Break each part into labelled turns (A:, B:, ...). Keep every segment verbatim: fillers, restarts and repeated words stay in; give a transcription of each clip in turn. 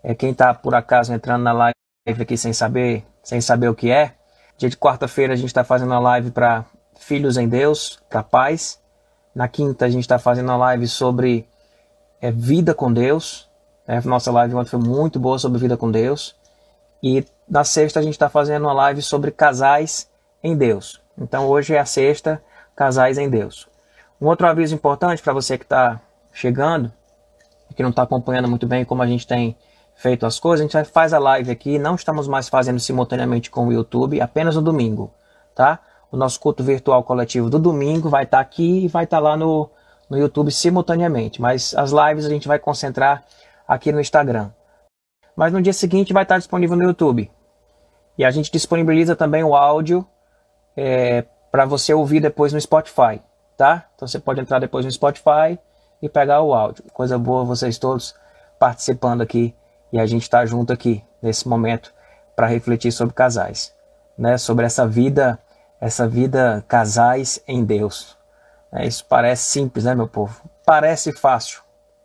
A: É, quem está por acaso entrando na live aqui sem saber, sem saber o que é, dia de quarta-feira a gente está fazendo uma live para filhos em Deus, para pais. Na quinta a gente está fazendo uma live sobre é, vida com Deus. É, nossa live ontem foi muito boa sobre vida com Deus. E na sexta a gente está fazendo uma live sobre casais em Deus. Então hoje é a sexta, casais em Deus. Um outro aviso importante para você que está chegando, que não está acompanhando muito bem como a gente tem feito as coisas, a gente faz a live aqui, não estamos mais fazendo simultaneamente com o YouTube, apenas no domingo, tá? O nosso culto virtual coletivo do domingo vai estar tá aqui e vai estar tá lá no, no YouTube simultaneamente, mas as lives a gente vai concentrar aqui no Instagram. Mas no dia seguinte vai estar tá disponível no YouTube. E a gente disponibiliza também o áudio é, para você ouvir depois no Spotify, tá? Então você pode entrar depois no Spotify e pegar o áudio. Coisa boa vocês todos participando aqui e a gente está junto aqui nesse momento para refletir sobre casais, né? Sobre essa vida, essa vida casais em Deus. É, isso parece simples, né, meu povo? Parece fácil.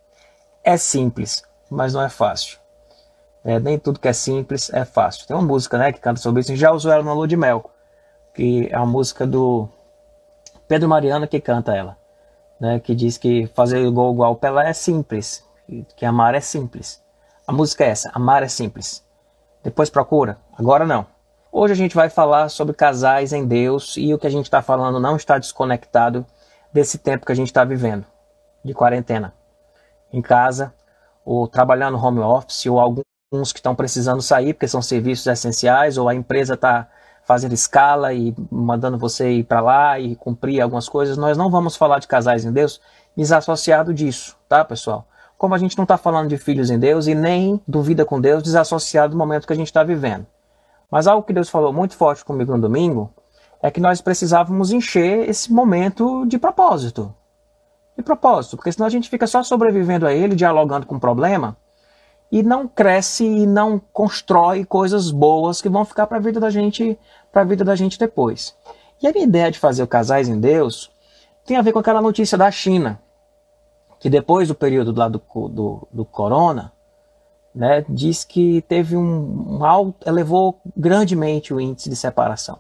A: É simples, mas não é fácil. É, nem tudo que é simples é fácil. Tem uma música, né, que canta sobre isso. A gente já usou ela no Lua de Mel, que é a música do Pedro Mariana que canta ela, né, que diz que fazer gol igual o Pelé é simples, que amar é simples. A música é essa, amar é simples. Depois procura, agora não. Hoje a gente vai falar sobre casais em Deus e o que a gente está falando não está desconectado desse tempo que a gente está vivendo, de quarentena. Em casa, ou trabalhando no home office, ou alguns que estão precisando sair porque são serviços essenciais, ou a empresa está fazendo escala e mandando você ir para lá e cumprir algumas coisas. Nós não vamos falar de casais em Deus desassociado disso, tá, pessoal? Como a gente não está falando de filhos em Deus e nem do vida com Deus desassociado do momento que a gente está vivendo. Mas algo que Deus falou muito forte comigo no domingo é que nós precisávamos encher esse momento de propósito. De propósito, porque senão a gente fica só sobrevivendo a ele, dialogando com o problema, e não cresce e não constrói coisas boas que vão ficar para a vida da gente, para a vida da gente depois. E a minha ideia de fazer o Casais em Deus tem a ver com aquela notícia da China, que depois do período lá do, do, do corona, né, diz que teve um, um alto, elevou grandemente o índice de separação.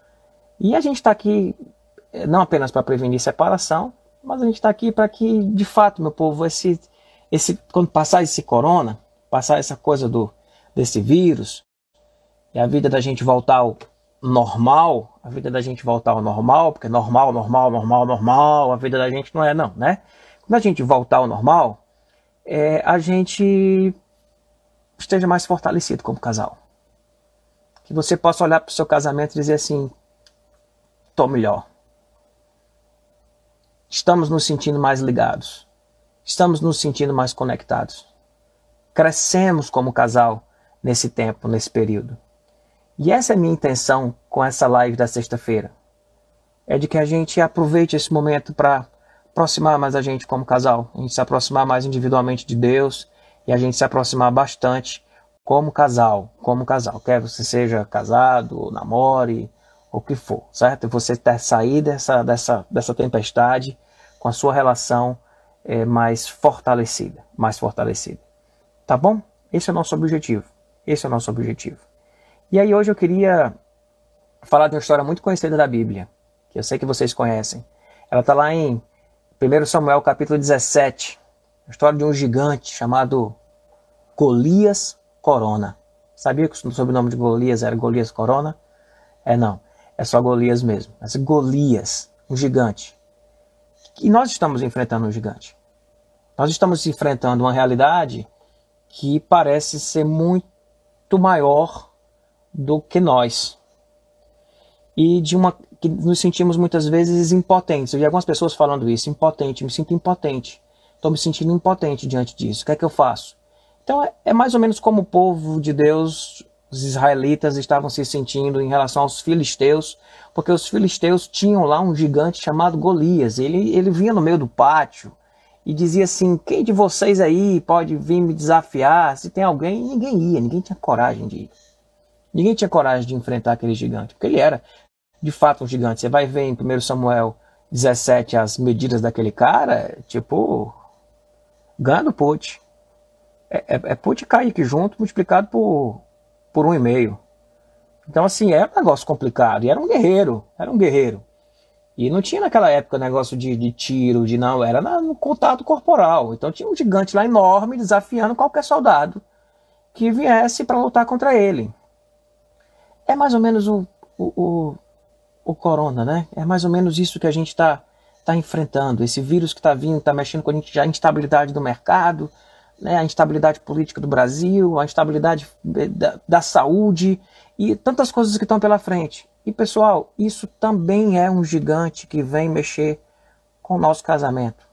A: E a gente está aqui não apenas para prevenir separação, mas a gente está aqui para que, de fato, meu povo, esse, esse, quando passar esse corona, passar essa coisa do, desse vírus, e a vida da gente voltar ao normal, a vida da gente voltar ao normal, porque normal, normal, normal, normal, a vida da gente não é não, né? Quando a gente voltar ao normal, é, a gente esteja mais fortalecido como casal. Que você possa olhar para o seu casamento e dizer assim, estou melhor. Estamos nos sentindo mais ligados. Estamos nos sentindo mais conectados. Crescemos como casal nesse tempo, nesse período. E essa é a minha intenção com essa live da sexta-feira. É de que a gente aproveite esse momento para aproximar mais a gente como casal. A gente se aproximar mais individualmente de Deus e a gente se aproximar bastante como casal. Como casal. Quer você seja casado, namore, o que for, certo? Você ter saído dessa, dessa, dessa tempestade com a sua relação é, mais fortalecida. Mais fortalecida. Tá bom? Esse é o nosso objetivo. Esse é o nosso objetivo. E aí hoje eu queria falar de uma história muito conhecida da Bíblia, que eu sei que vocês conhecem. Ela está lá em primeiro Samuel capítulo dezessete, a história de um gigante chamado Golias Corona. Sabia que o sobrenome de Golias era Golias Corona? É não, é só Golias mesmo. Mas Golias, um gigante. E nós estamos enfrentando um gigante. Nós estamos enfrentando uma realidade que parece ser muito maior do que nós. E de uma que nos sentimos muitas vezes impotentes. Eu vi algumas pessoas falando isso, impotente, me sinto impotente. Estou me sentindo impotente diante disso. O que é que eu faço? Então é, é mais ou menos como o povo de Deus, os israelitas, estavam se sentindo em relação aos filisteus, porque os filisteus tinham lá um gigante chamado Golias. Ele, ele vinha no meio do pátio e dizia assim, quem de vocês aí pode vir me desafiar? Se tem alguém, ninguém ia, ninguém tinha coragem de ir. Ninguém tinha coragem de enfrentar aquele gigante, porque ele era de fato um gigante. Você vai ver em primeiro Samuel dezessete as medidas daquele cara, tipo, ganha do pote. é, é, é pô de Kaique junto, multiplicado por, por um e meio. Então, assim, era um negócio complicado. E era um guerreiro, era um guerreiro. E não tinha naquela época negócio de, de tiro, de não, era na, no contato corporal. Então tinha um gigante lá enorme desafiando qualquer soldado que viesse para lutar contra ele. É mais ou menos o, o, o, o corona, né? É mais ou menos isso que a gente está tá enfrentando. Esse vírus que está vindo, está mexendo com a gente, a instabilidade do mercado, né? A instabilidade política do Brasil, a instabilidade da, da saúde e tantas coisas que estão pela frente. E pessoal, isso também é um gigante que vem mexer com o nosso casamento.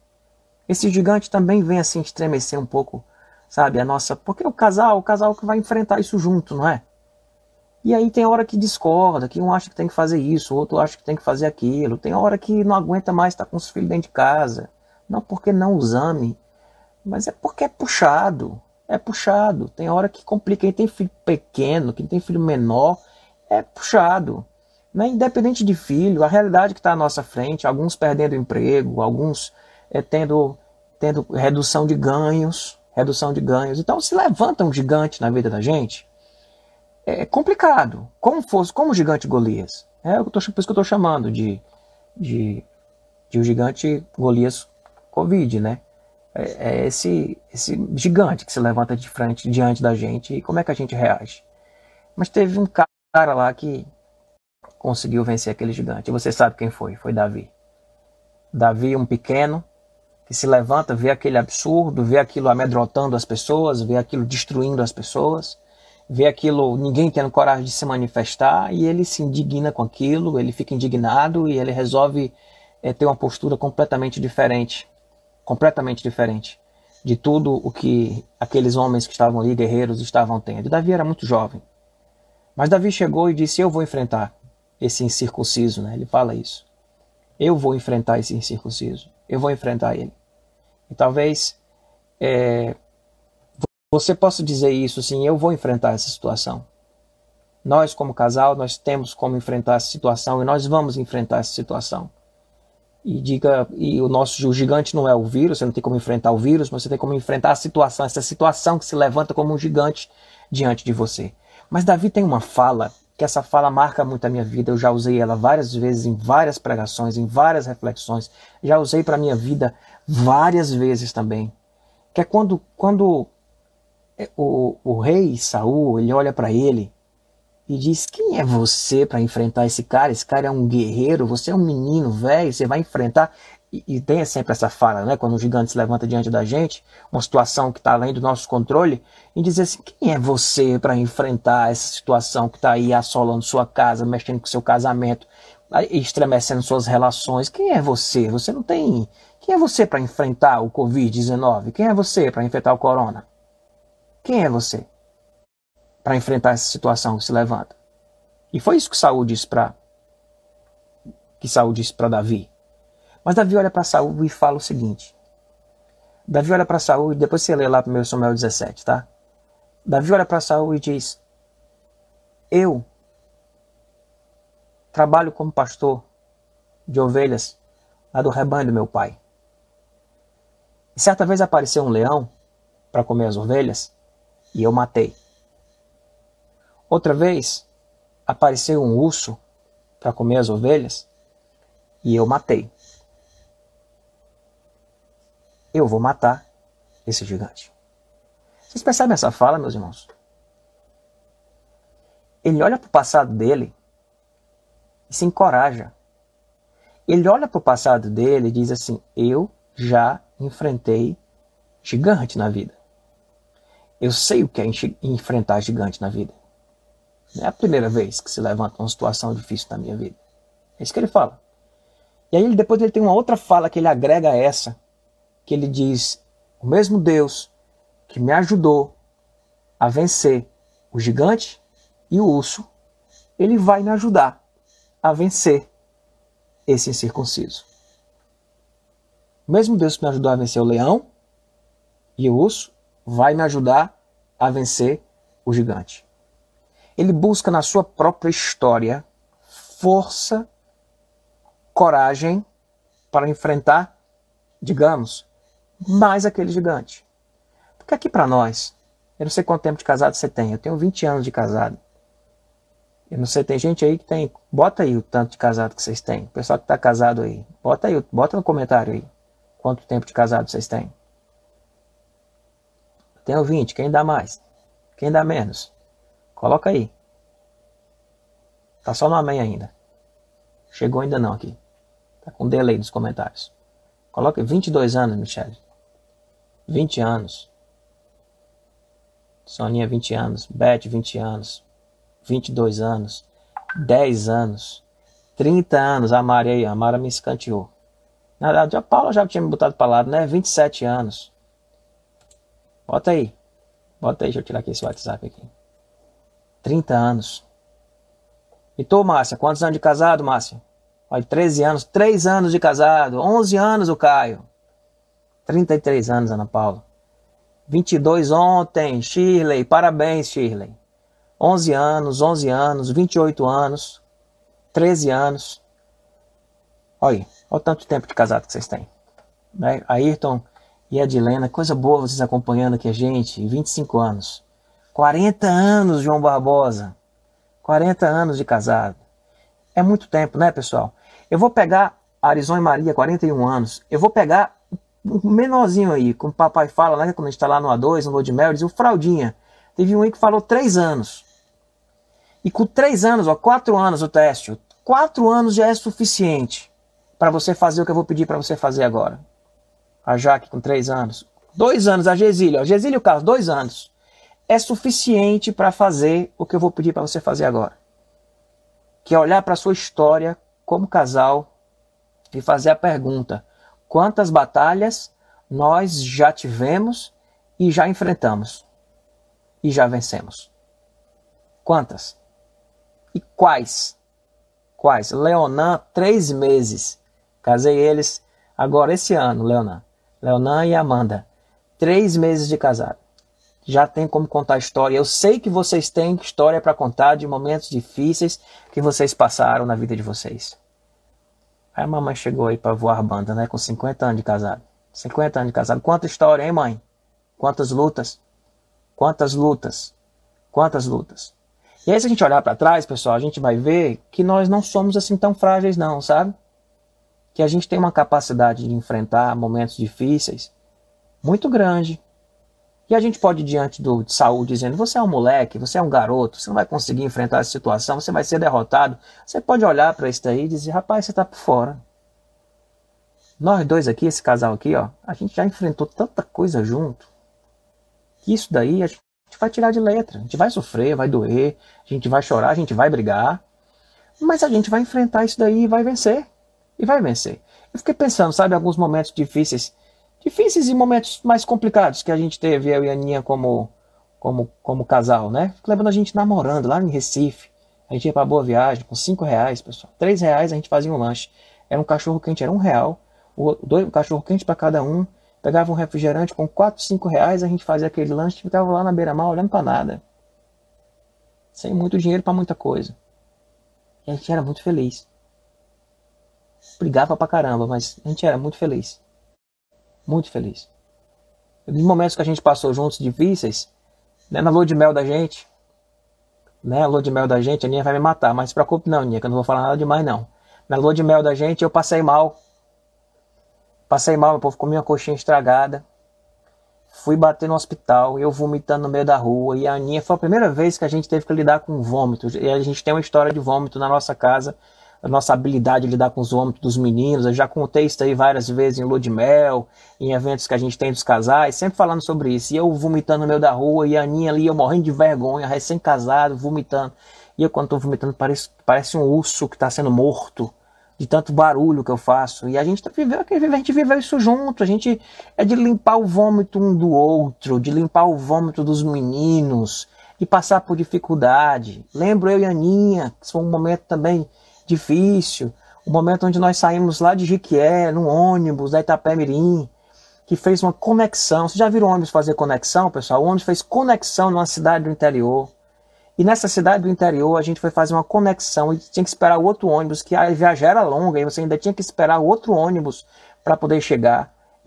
A: Esse gigante também vem assim estremecer um pouco, sabe, a nossa... Porque o casal, o casal que vai enfrentar isso junto, não é? E aí tem hora que discorda, que um acha que tem que fazer isso, o outro acha que tem que fazer aquilo. Tem hora que não aguenta mais estar com os filhos dentro de casa. Não porque não os ame, mas é porque é puxado. É puxado. Tem hora que complica. Quem tem filho pequeno, quem tem filho menor, é puxado. Né? Independente de filho, a realidade que está à nossa frente, alguns perdendo emprego, alguns é, tendo, tendo redução de ganhos, redução de ganhos. Então se levanta um gigante na vida da gente, é complicado. Como fosse, como o gigante Golias. É por isso que eu estou chamando de, de, de o gigante Golias Covid, né? É, é esse, esse gigante que se levanta de frente diante da gente e como é que a gente reage. Mas teve um cara lá que conseguiu vencer aquele gigante. E você sabe quem foi? Foi Davi. Davi, um pequeno, que se levanta, vê aquele absurdo, vê aquilo amedrontando as pessoas, vê aquilo destruindo as pessoas, vê aquilo, ninguém tendo coragem de se manifestar, e ele se indigna com aquilo, ele fica indignado e ele resolve é, ter uma postura completamente diferente. Completamente diferente de tudo o que aqueles homens que estavam ali, guerreiros, estavam tendo. E Davi era muito jovem. Mas Davi chegou e disse, eu vou enfrentar esse incircunciso, né? Ele fala isso. Eu vou enfrentar esse incircunciso. Eu vou enfrentar ele. E talvez é, você possa dizer isso, sim, eu vou enfrentar essa situação. Nós, como casal, nós temos como enfrentar essa situação e nós vamos enfrentar essa situação. E diga, e o nosso o gigante não é o vírus, você não tem como enfrentar o vírus, mas você tem como enfrentar a situação, essa situação que se levanta como um gigante diante de você. Mas Davi tem uma fala, que essa fala marca muito a minha vida, eu já usei ela várias vezes em várias pregações, em várias reflexões, já usei para a minha vida várias vezes também, que é quando, quando o, o rei Saul, ele olha para ele e diz, quem é você para enfrentar esse cara? Esse cara é um guerreiro, você é um menino velho, você vai enfrentar... E, e tem sempre essa fala, né? Quando o gigante se levanta diante da gente, uma situação que está além do nosso controle, e dizer assim, quem é você para enfrentar essa situação que está aí assolando sua casa, mexendo com seu casamento, estremecendo suas relações? Quem é você? Você não tem... Quem é você para enfrentar o covid dezenove? Quem é você para enfrentar o corona? Quem é você para enfrentar essa situação que se levanta? E foi isso que Saul disse para que Saul disse para Davi. Mas Davi olha para Saul e fala o seguinte. Davi olha para Saul, e depois você lê lá primeiro Samuel dezessete, tá? Davi olha para Saul e diz, eu trabalho como pastor de ovelhas lá do rebanho do meu pai. E certa vez apareceu um leão para comer as ovelhas e eu matei. Outra vez apareceu um urso para comer as ovelhas e eu matei. Eu vou matar esse gigante. Vocês percebem essa fala, meus irmãos? Ele olha para o passado dele e se encoraja. Ele olha para o passado dele e diz assim, eu já enfrentei gigante na vida. Eu sei o que é enfrentar gigante na vida. Não é a primeira vez que se levanta uma situação difícil na minha vida. É isso que ele fala. E aí ele, depois ele tem uma outra fala que ele agrega a essa, que ele diz, o mesmo Deus que me ajudou a vencer o gigante e o urso, ele vai me ajudar a vencer esse incircunciso. O mesmo Deus que me ajudou a vencer o leão e o urso, vai me ajudar a vencer o gigante. Ele busca na sua própria história força, coragem para enfrentar, digamos, mais aquele gigante. Porque aqui para nós, eu não sei quanto tempo de casado você tem, eu tenho vinte anos de casado. Eu não sei, tem gente aí que tem, bota aí o tanto de casado que vocês têm. O pessoal que está casado aí, bota aí, bota no comentário aí, quanto tempo de casado vocês têm. Eu tenho vinte, quem dá mais? Quem dá menos? Coloca aí. Tá só no amém ainda. Chegou ainda não aqui. Tá com delay nos comentários. Coloca vinte e dois anos, Michele. vinte anos. Soninha, vinte anos. Beth, vinte anos. vinte e dois anos. dez anos. trinta anos. A Mari aí, a Mara me escanteou. Na verdade, a Paula já tinha me botado para lado, né? vinte e sete anos. Bota aí. Bota aí, deixa eu tirar aqui esse WhatsApp aqui. trinta anos. E tu, Márcia, quantos anos de casado, Márcia? Olha, treze anos, três anos de casado, onze anos o Caio. trinta e três anos, Ana Paula. vinte e dois ontem, Shirley, parabéns, Shirley. onze anos, onze anos, vinte e oito anos, treze anos. Olha, olha o tanto tempo de casado que vocês têm. Né? Ayrton e a Edilena, coisa boa vocês acompanhando aqui a gente, vinte e cinco anos. quarenta anos, João Barbosa. quarenta anos de casado. É muito tempo, né, pessoal? Eu vou pegar Arizona e Maria, quarenta e um anos. Eu vou pegar o menorzinho aí, como o papai fala, né? Quando a gente está lá no A dois, no Lua de Mel, diz o Fraldinha. Teve um aí que falou três anos. E com três anos, ó, quatro anos o teste. quatro anos já é suficiente para você fazer o que eu vou pedir para você fazer agora. A Jaque com três anos. dois anos, a Gesília. Gesília e o Carlos, dois anos. É suficiente para fazer o que eu vou pedir para você fazer agora. Que é olhar para a sua história como casal e fazer a pergunta: quantas batalhas nós já tivemos e já enfrentamos e já vencemos? Quantas? E quais? Quais? Leonan, três meses. Casei eles agora esse ano, Leonan. Leonan e Amanda. Três meses de casado. Já tem como contar história. Eu sei que vocês têm história para contar de momentos difíceis que vocês passaram na vida de vocês. Aí a mamãe chegou aí para voar banda, né? Com cinquenta anos de casado. cinquenta anos de casado. Quanta história, hein, mãe? Quantas lutas? Quantas lutas? Quantas lutas? E aí, se a gente olhar para trás, pessoal, a gente vai ver que nós não somos assim tão frágeis não, sabe? Que a gente tem uma capacidade de enfrentar momentos difíceis muito grande. E a gente pode ir diante do de Saul dizendo: você é um moleque, você é um garoto, você não vai conseguir enfrentar essa situação, você vai ser derrotado. Você pode olhar para isso daí e dizer: rapaz, você está por fora. Nós dois aqui, esse casal aqui, ó, a gente já enfrentou tanta coisa junto, que isso daí a gente vai tirar de letra. A gente vai sofrer, vai doer, a gente vai chorar, a gente vai brigar, mas a gente vai enfrentar isso daí e vai vencer. E vai vencer. Eu fiquei pensando, sabe, alguns momentos difíceis, difíceis e momentos mais complicados que a gente teve, eu e a Aninha como, como, como casal, né? Fico lembrando a gente namorando lá em Recife. A gente ia para Boa Viagem com cinco reais, pessoal. Três reais a gente fazia um lanche. Era um cachorro quente, era um real. O, dois, um cachorro quente para cada um. Pegava um refrigerante com quatro, cinco reais, a gente fazia aquele lanche e ficava lá na beira-mar olhando para nada. Sem muito dinheiro para muita coisa. E a gente era muito feliz. Brigava pra caramba, mas a gente era muito feliz. Muito feliz. Nos momentos que a gente passou juntos difíceis, né, na lua de mel da gente, né, a lua de mel da gente, a Aninha vai me matar, mas não se preocupe não, Aninha, que eu não vou falar nada demais não. Na lua de mel da gente eu passei mal. Passei mal, meu povo, comi uma coxinha estragada. Fui bater no hospital, eu vomitando no meio da rua. E a Aninha, foi a primeira vez que a gente teve que lidar com vômito. E a gente tem uma história de vômito na nossa casa. A nossa habilidade de lidar com os vômitos dos meninos. Eu já contei isso aí várias vezes em lua de mel, em eventos que a gente tem dos casais, sempre falando sobre isso. E eu vomitando no meio da rua, e a Aninha ali, eu morrendo de vergonha, recém-casado, vomitando. E eu, quando tô vomitando, parece, parece um urso que está sendo morto, de tanto barulho que eu faço. E a gente viveu, a gente viveu isso junto. A gente é de limpar o vômito um do outro, de limpar o vômito dos meninos, de passar por dificuldade. Lembro eu e a Aninha, que foi um momento também difícil, o momento onde nós saímos lá de Jiquié, num ônibus da Itapé-Mirim, que fez uma conexão. Vocês já viram o ônibus fazer conexão, pessoal? O ônibus fez conexão numa cidade do interior. E nessa cidade do interior a gente foi fazer uma conexão e tinha que esperar o outro ônibus, que a viagem era longa e você ainda tinha que esperar o outro ônibus para poder chegar.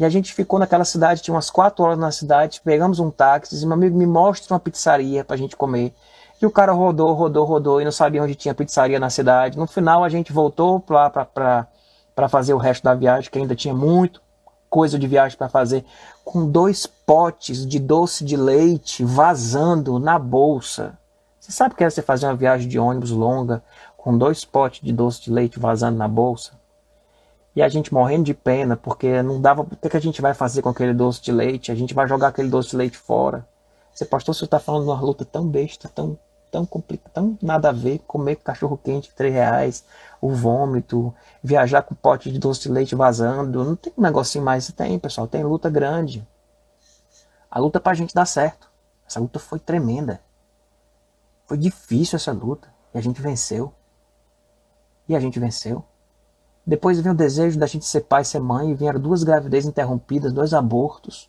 A: E a gente ficou naquela cidade, tinha umas quatro horas na cidade, pegamos um táxi, disse, meu amigo, me mostra uma pizzaria pra gente comer. E o cara rodou, rodou, rodou e não sabia onde tinha pizzaria na cidade. No final a gente voltou lá pra, pra, pra fazer o resto da viagem, que ainda tinha muito coisa de viagem para fazer, com dois potes de doce de leite vazando na bolsa. Você sabe o que é você fazer uma viagem de ônibus longa com dois potes de doce de leite vazando na bolsa? E a gente morrendo de pena, porque não dava... O que, que a gente vai fazer com aquele doce de leite? A gente vai jogar aquele doce de leite fora. Você, pastor, você está falando de uma luta tão besta, tão, tão complicada, tão nada a ver, comer cachorro quente de três reais, o vômito, viajar com pote de doce de leite vazando. Não tem um negocinho mais. Tem, pessoal, tem luta grande. A luta pra gente dar certo. Essa luta foi tremenda. Foi difícil essa luta. E a gente venceu. E a gente venceu. Depois veio o desejo da gente ser pai e ser mãe. E vieram duas gravidezes interrompidas, dois abortos.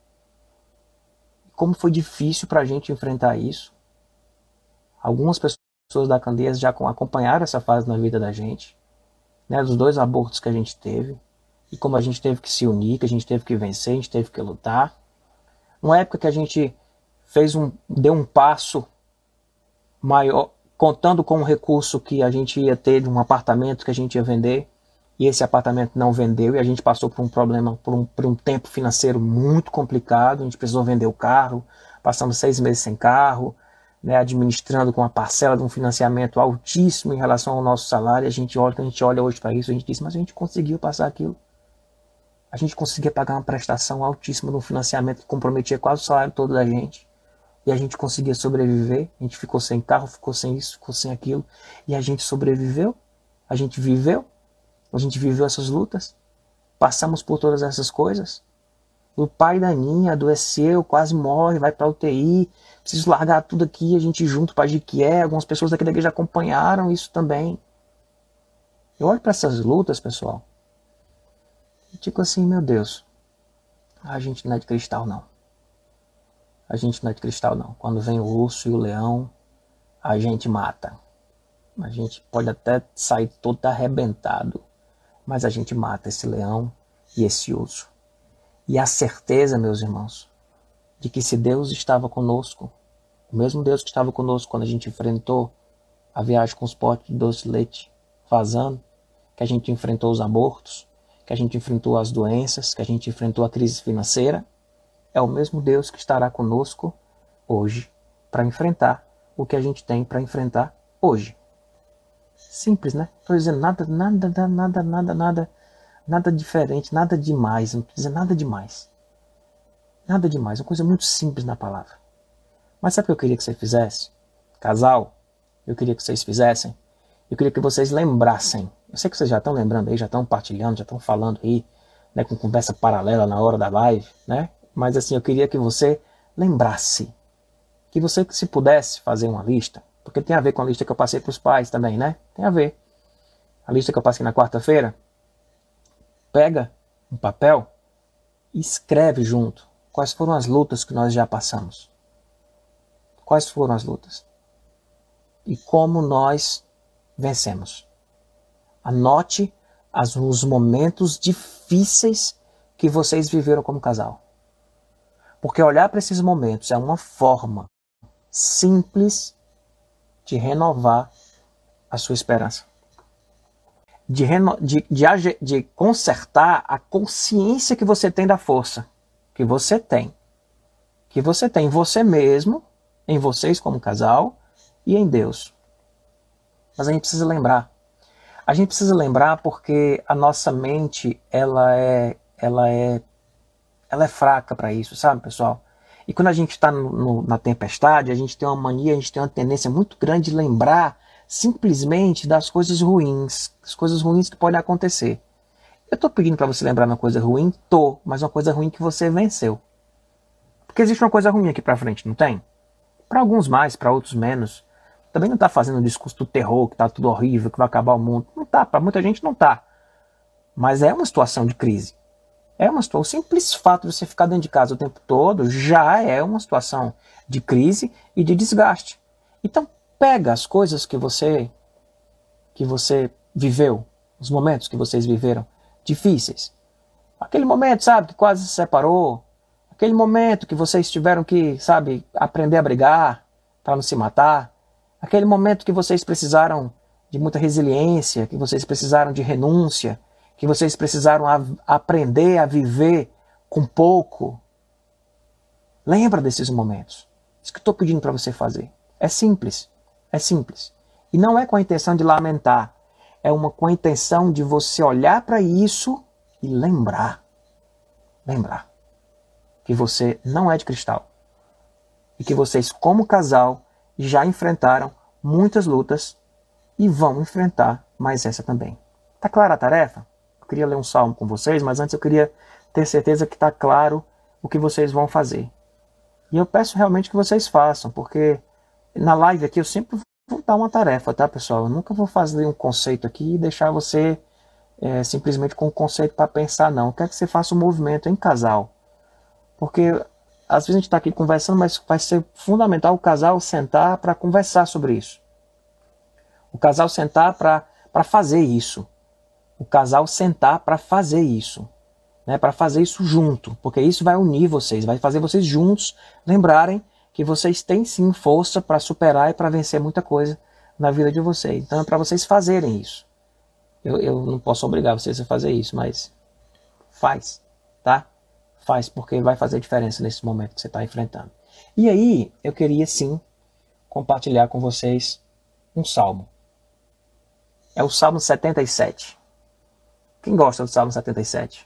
A: Como foi difícil pra gente enfrentar isso. Algumas pessoas da Candeias já acompanharam essa fase na vida da gente. Né, dos dois abortos que a gente teve. E como a gente teve que se unir, que a gente teve que vencer, a gente teve que lutar. Uma época que a gente fez um, deu um passo maior, contando com o recurso que a gente ia ter de um apartamento que a gente ia vender, e esse apartamento não vendeu, e a gente passou por um problema, por um, por um tempo financeiro muito complicado, a gente precisou vender o carro, passamos seis meses sem carro, né, administrando com uma parcela de um financiamento altíssimo em relação ao nosso salário. A gente olha, a gente olha hoje para isso, a gente diz, mas a gente conseguiu passar aquilo. A gente conseguia pagar uma prestação altíssima de um financiamento que comprometia quase o salário todo da gente. E a gente conseguia sobreviver. A gente ficou sem carro, ficou sem isso, ficou sem aquilo. E a gente sobreviveu. A gente viveu. A gente viveu essas lutas. Passamos por todas essas coisas. O pai da Aninha adoeceu, quase morre, vai para a U T I. Preciso largar tudo aqui, a gente junto para Jiquié. Algumas pessoas daqui da igreja acompanharam isso também. Eu olho para essas lutas, pessoal. E digo assim, meu Deus, a gente não é de cristal não. A gente não é de cristal não. Quando vem o urso e o leão, a gente mata. A gente pode até sair todo arrebentado, mas a gente mata esse leão e esse urso. E a certeza, meus irmãos, de que se Deus estava conosco, o mesmo Deus que estava conosco quando a gente enfrentou a viagem com os potes de doce de leite vazando, que a gente enfrentou os abortos, que a gente enfrentou as doenças, que a gente enfrentou a crise financeira, é o mesmo Deus que estará conosco hoje para enfrentar o que a gente tem para enfrentar hoje. Simples, né? Estou dizendo nada, nada, nada, nada, nada, nada diferente, nada demais, não estou dizendo nada demais. Nada demais, uma coisa muito simples na palavra. Mas sabe o que eu queria que você fizesse? Casal, eu queria que vocês fizessem. Eu queria que vocês lembrassem. Eu sei que vocês já estão lembrando aí, já estão partilhando, já estão falando aí, né, com conversa paralela na hora da live, né? Mas assim, eu queria que você lembrasse. Que você, se pudesse fazer uma lista, porque tem a ver com a lista que eu passei para os pais também, né? Tem a ver. A lista que eu passei na quarta-feira, pega um papel e escreve junto quais foram as lutas que nós já passamos. Quais foram as lutas? E como nós vencemos. Anote as, os momentos difíceis que vocês viveram como casal. Porque olhar para esses momentos é uma forma simples de renovar a sua esperança. De, reno, de, de, de consertar a consciência que você tem da força. Que você tem. Que você tem em você mesmo, em vocês como casal e em Deus. Mas a gente precisa lembrar. A gente precisa lembrar porque a nossa mente, ela é, ela é, ela é fraca para isso, sabe, pessoal? E quando a gente está na tempestade, a gente tem uma mania, a gente tem uma tendência muito grande de lembrar simplesmente das coisas ruins, as coisas ruins que podem acontecer. Eu estou pedindo para você lembrar uma coisa ruim? Tô, mas uma coisa ruim que você venceu. Porque existe uma coisa ruim aqui para frente, não tem? Para alguns mais, para outros menos. Também não está fazendo o discurso do terror, que está tudo horrível, que vai acabar o mundo. Não está, para muita gente não está. Mas é uma situação de crise. É uma situação, o simples fato de você ficar dentro de casa o tempo todo já é uma situação de crise e de desgaste. Então pega as coisas que você, que você viveu, os momentos que vocês viveram difíceis, Aquele momento, sabe, que quase se separou. Aquele momento que vocês tiveram que, sabe, aprender a brigar para não se matar. Aquele momento que vocês precisaram de muita resiliência, que vocês precisaram de renúncia, que vocês precisaram a, aprender a viver com pouco. Lembra desses momentos. Isso que eu estou pedindo para você fazer. É simples. É simples. E não é com a intenção de lamentar. É uma com a intenção de você olhar para isso e lembrar. Lembrar que você não é de cristal. E que vocês, como casal, já enfrentaram muitas lutas e vão enfrentar mais essa também. Tá clara a tarefa? Eu queria ler um salmo com vocês, mas antes eu queria ter certeza que está claro o que vocês vão fazer. E eu peço realmente que vocês façam, porque na live aqui eu sempre vou dar uma tarefa, tá, pessoal? Eu nunca vou fazer um conceito aqui e deixar você é, simplesmente com um conceito para pensar, não. Eu quero que você faça um movimento em casal. Porque às vezes a gente está aqui conversando, mas vai ser fundamental o casal sentar para conversar sobre isso. O casal sentar para fazer isso. O casal sentar para fazer isso. Né, para fazer isso junto, porque isso vai unir vocês, vai fazer vocês juntos lembrarem que vocês têm sim força para superar e para vencer muita coisa na vida de vocês. Então é para vocês fazerem isso. Eu, eu não posso obrigar vocês a fazer isso, mas faz, tá? Faz, porque vai fazer diferença nesse momento que você está enfrentando. E aí, eu queria sim compartilhar com vocês um salmo. É o Salmo setenta e sete. Quem gosta do Salmo setenta e sete?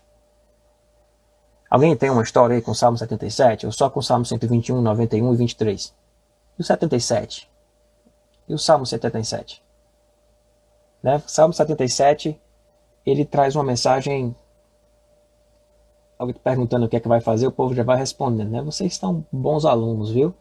A: Alguém tem uma história aí com o Salmo setenta e sete? Ou só com o Salmo cento e vinte e um, noventa e um e vinte e três? E o setenta e sete? E o Salmo setenta e sete? Né? O Salmo setenta e sete, ele traz uma mensagem... Alguém perguntando o que é que vai fazer, o povo já vai respondendo, né? Vocês estão bons alunos, viu?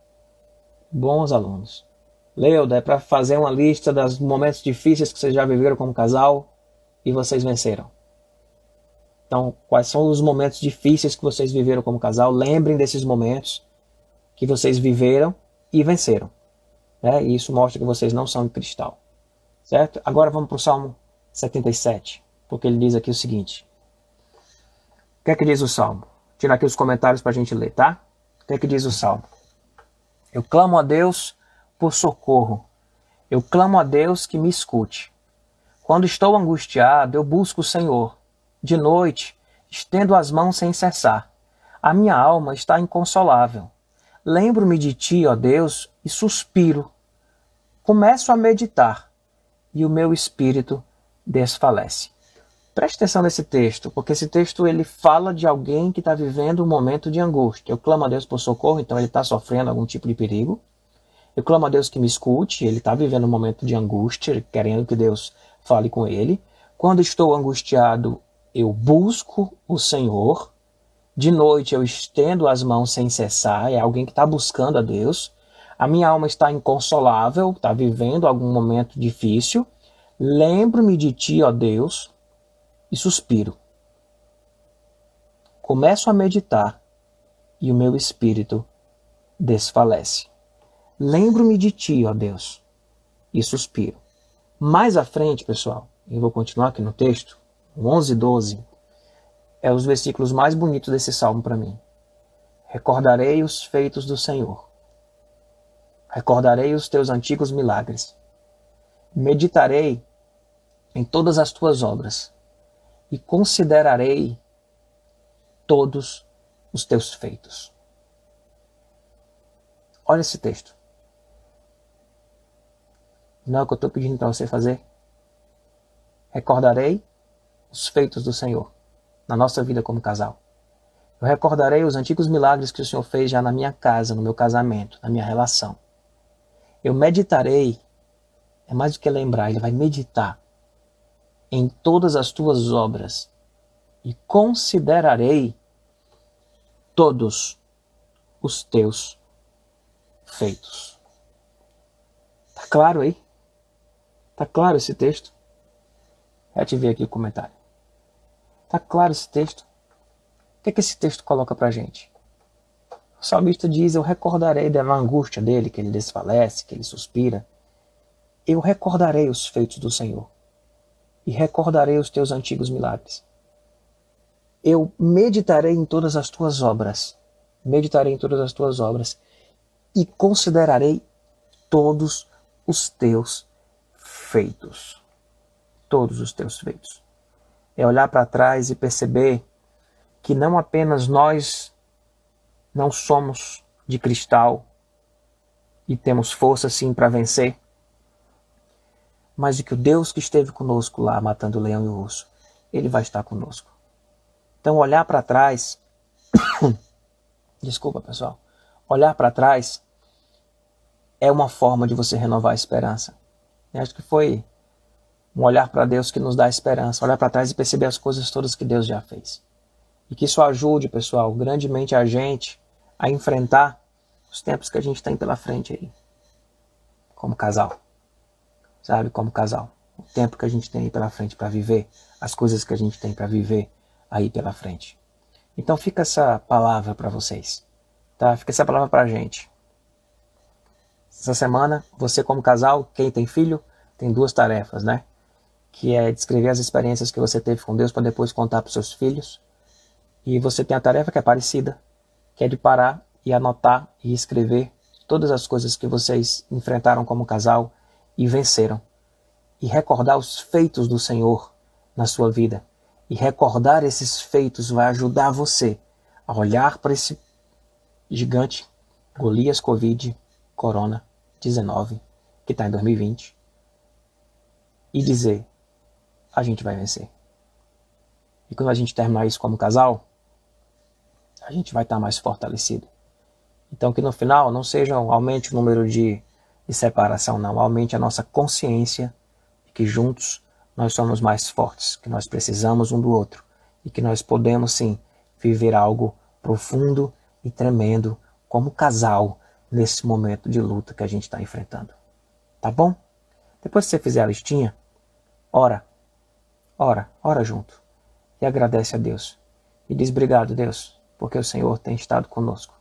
A: Bons alunos. Leuda, é para fazer uma lista dos momentos difíceis que vocês já viveram como casal e vocês venceram. Então, quais são os momentos difíceis que vocês viveram como casal? Lembrem desses momentos que vocês viveram e venceram. Né? E isso mostra que vocês não são de cristal. Certo? Agora vamos para o Salmo setenta e sete, porque ele diz aqui o seguinte. O que é que diz o Salmo? Vou tirar aqui os comentários para a gente ler, tá? O que é que diz o Salmo? Eu clamo a Deus por socorro. Eu clamo a Deus que me escute. Quando estou angustiado, eu busco o Senhor. De noite, estendo as mãos sem cessar. A minha alma está inconsolável. Lembro-me de ti, ó Deus, e suspiro. Começo a meditar, e o meu espírito desfalece. Preste atenção nesse texto, porque esse texto ele fala de alguém que está vivendo um momento de angústia. Eu clamo a Deus por socorro, então ele está sofrendo algum tipo de perigo. Eu clamo a Deus que me escute, ele está vivendo um momento de angústia, querendo que Deus fale com ele. Quando estou angustiado, eu busco o Senhor. De noite eu estendo as mãos sem cessar. É alguém que está buscando a Deus. A minha alma está inconsolável, está vivendo algum momento difícil. Lembro-me de ti, ó Deus, e suspiro. Começo a meditar e o meu espírito desfalece. Lembro-me de ti, ó Deus, e suspiro. Mais à frente, pessoal, eu vou continuar aqui no texto, onze e doze, é os versículos mais bonitos desse salmo para mim. Recordarei os feitos do Senhor. Recordarei os teus antigos milagres. Meditarei em todas as tuas obras e considerarei todos os teus feitos. Olha esse texto. Não é o que eu estou pedindo para você fazer? Recordarei os feitos do Senhor na nossa vida como casal. Eu recordarei os antigos milagres que o Senhor fez já na minha casa, no meu casamento, na minha relação. Eu meditarei, é mais do que lembrar, ele vai meditar em todas as tuas obras e considerarei todos os teus feitos. Tá claro aí? Tá claro esse texto? Já te ver aqui o comentário. Tá claro esse texto? O que é que esse texto coloca pra gente? O salmista diz, eu recordarei da angústia dele, que ele desfalece, que ele suspira. Eu recordarei os feitos do Senhor. E recordarei os teus antigos milagres. eu meditarei em todas as tuas obras, meditarei em todas as tuas obras e considerarei todos os teus feitos. Todos os teus feitos. É olhar para trás e perceber que não apenas nós não somos de cristal e temos força sim para vencer, mas de que o Deus que esteve conosco lá matando o leão e o urso, ele vai estar conosco. Então olhar para trás, desculpa pessoal, olhar para trás é uma forma de você renovar a esperança. Eu acho que foi um olhar para Deus que nos dá esperança, olhar para trás e perceber as coisas todas que Deus já fez. E que isso ajude, pessoal, grandemente a gente a enfrentar os tempos que a gente tem pela frente aí, como casal, sabe, como casal. O tempo que a gente tem aí pela frente para viver, as coisas que a gente tem para viver aí pela frente. Então fica essa palavra para vocês, tá? Fica essa palavra para a gente. Essa semana, você como casal, quem tem filho, tem duas tarefas, né? Que é descrever as experiências que você teve com Deus para depois contar para os seus filhos. E você tem a tarefa que é parecida, que é de parar e anotar e escrever todas as coisas que vocês enfrentaram como casal e venceram. E recordar os feitos do Senhor na sua vida. E recordar esses feitos vai ajudar você a olhar para esse gigante Golias Covid Corona dezenove, que está em dois mil e vinte, e dizer, a gente vai vencer. E quando a gente terminar isso como casal, a gente vai estar mais fortalecido. Então que no final não seja, aumente o número de, de separação, não. Aumente a nossa consciência de que juntos nós somos mais fortes, que nós precisamos um do outro e que nós podemos sim viver algo profundo e tremendo como casal nesse momento de luta que a gente está enfrentando. Tá bom? Depois que você fizer a listinha, ora, ora, ora junto e agradece a Deus. E diz obrigado, Deus, porque o Senhor tem estado conosco.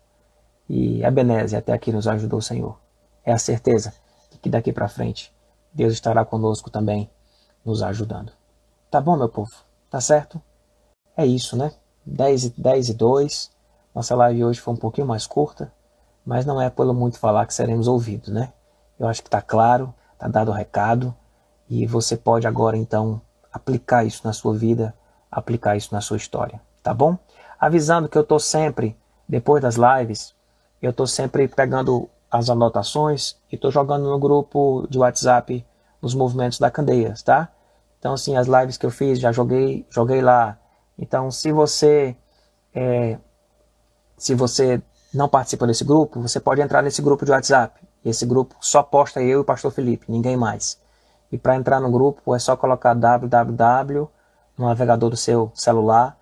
A: E Ebenezer, até aqui nos ajudou o Senhor. É a certeza de que daqui para frente Deus estará conosco também, nos ajudando. Tá bom, meu povo? Tá certo? É isso, né? dez e dois. Nossa live hoje foi um pouquinho mais curta, mas não é pelo muito falar que seremos ouvidos, né? Eu acho que tá claro, tá dado o recado, e você pode agora, então, aplicar isso na sua vida, aplicar isso na sua história, tá bom? Avisando que eu tô sempre, depois das lives, eu tô sempre pegando as anotações e tô jogando no grupo de WhatsApp os movimentos da Candeias, tá? Então, assim, as lives que eu fiz, já joguei, joguei lá. Então, se você, é, se você não participa desse grupo, você pode entrar nesse grupo de WhatsApp. Esse grupo só posta eu e o pastor Felipe, ninguém mais. E para entrar no grupo é só colocar www no navegador do seu celular,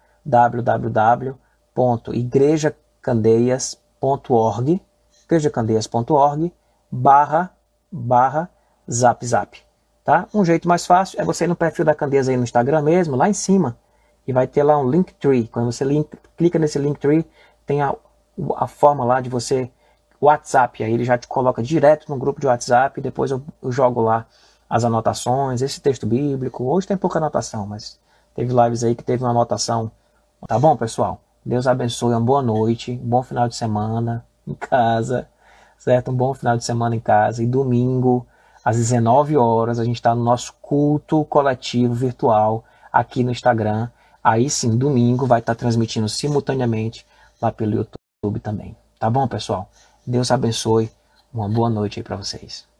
A: www ponto igreja candeias ponto org, igreja candeias ponto org, barra, barra, zap zap. Tá? Um jeito mais fácil é você ir no perfil da Candeias aí no Instagram mesmo, lá em cima, e vai ter lá um Linktree. Quando você link, clica nesse Linktree, tem a, a forma lá de você, WhatsApp, aí ele já te coloca direto no grupo de WhatsApp, e depois eu, eu jogo lá as anotações, esse texto bíblico. Hoje tem pouca anotação, mas teve lives aí que teve uma anotação. Tá bom, pessoal? Deus abençoe, uma boa noite, um bom final de semana em casa, certo? Um bom final de semana em casa, e domingo às dezenove horas, a gente está no nosso culto coletivo virtual aqui no Instagram. Aí sim, domingo, vai estar tá transmitindo simultaneamente lá pelo YouTube também. Tá bom, pessoal? Deus abençoe. Uma boa noite aí para vocês.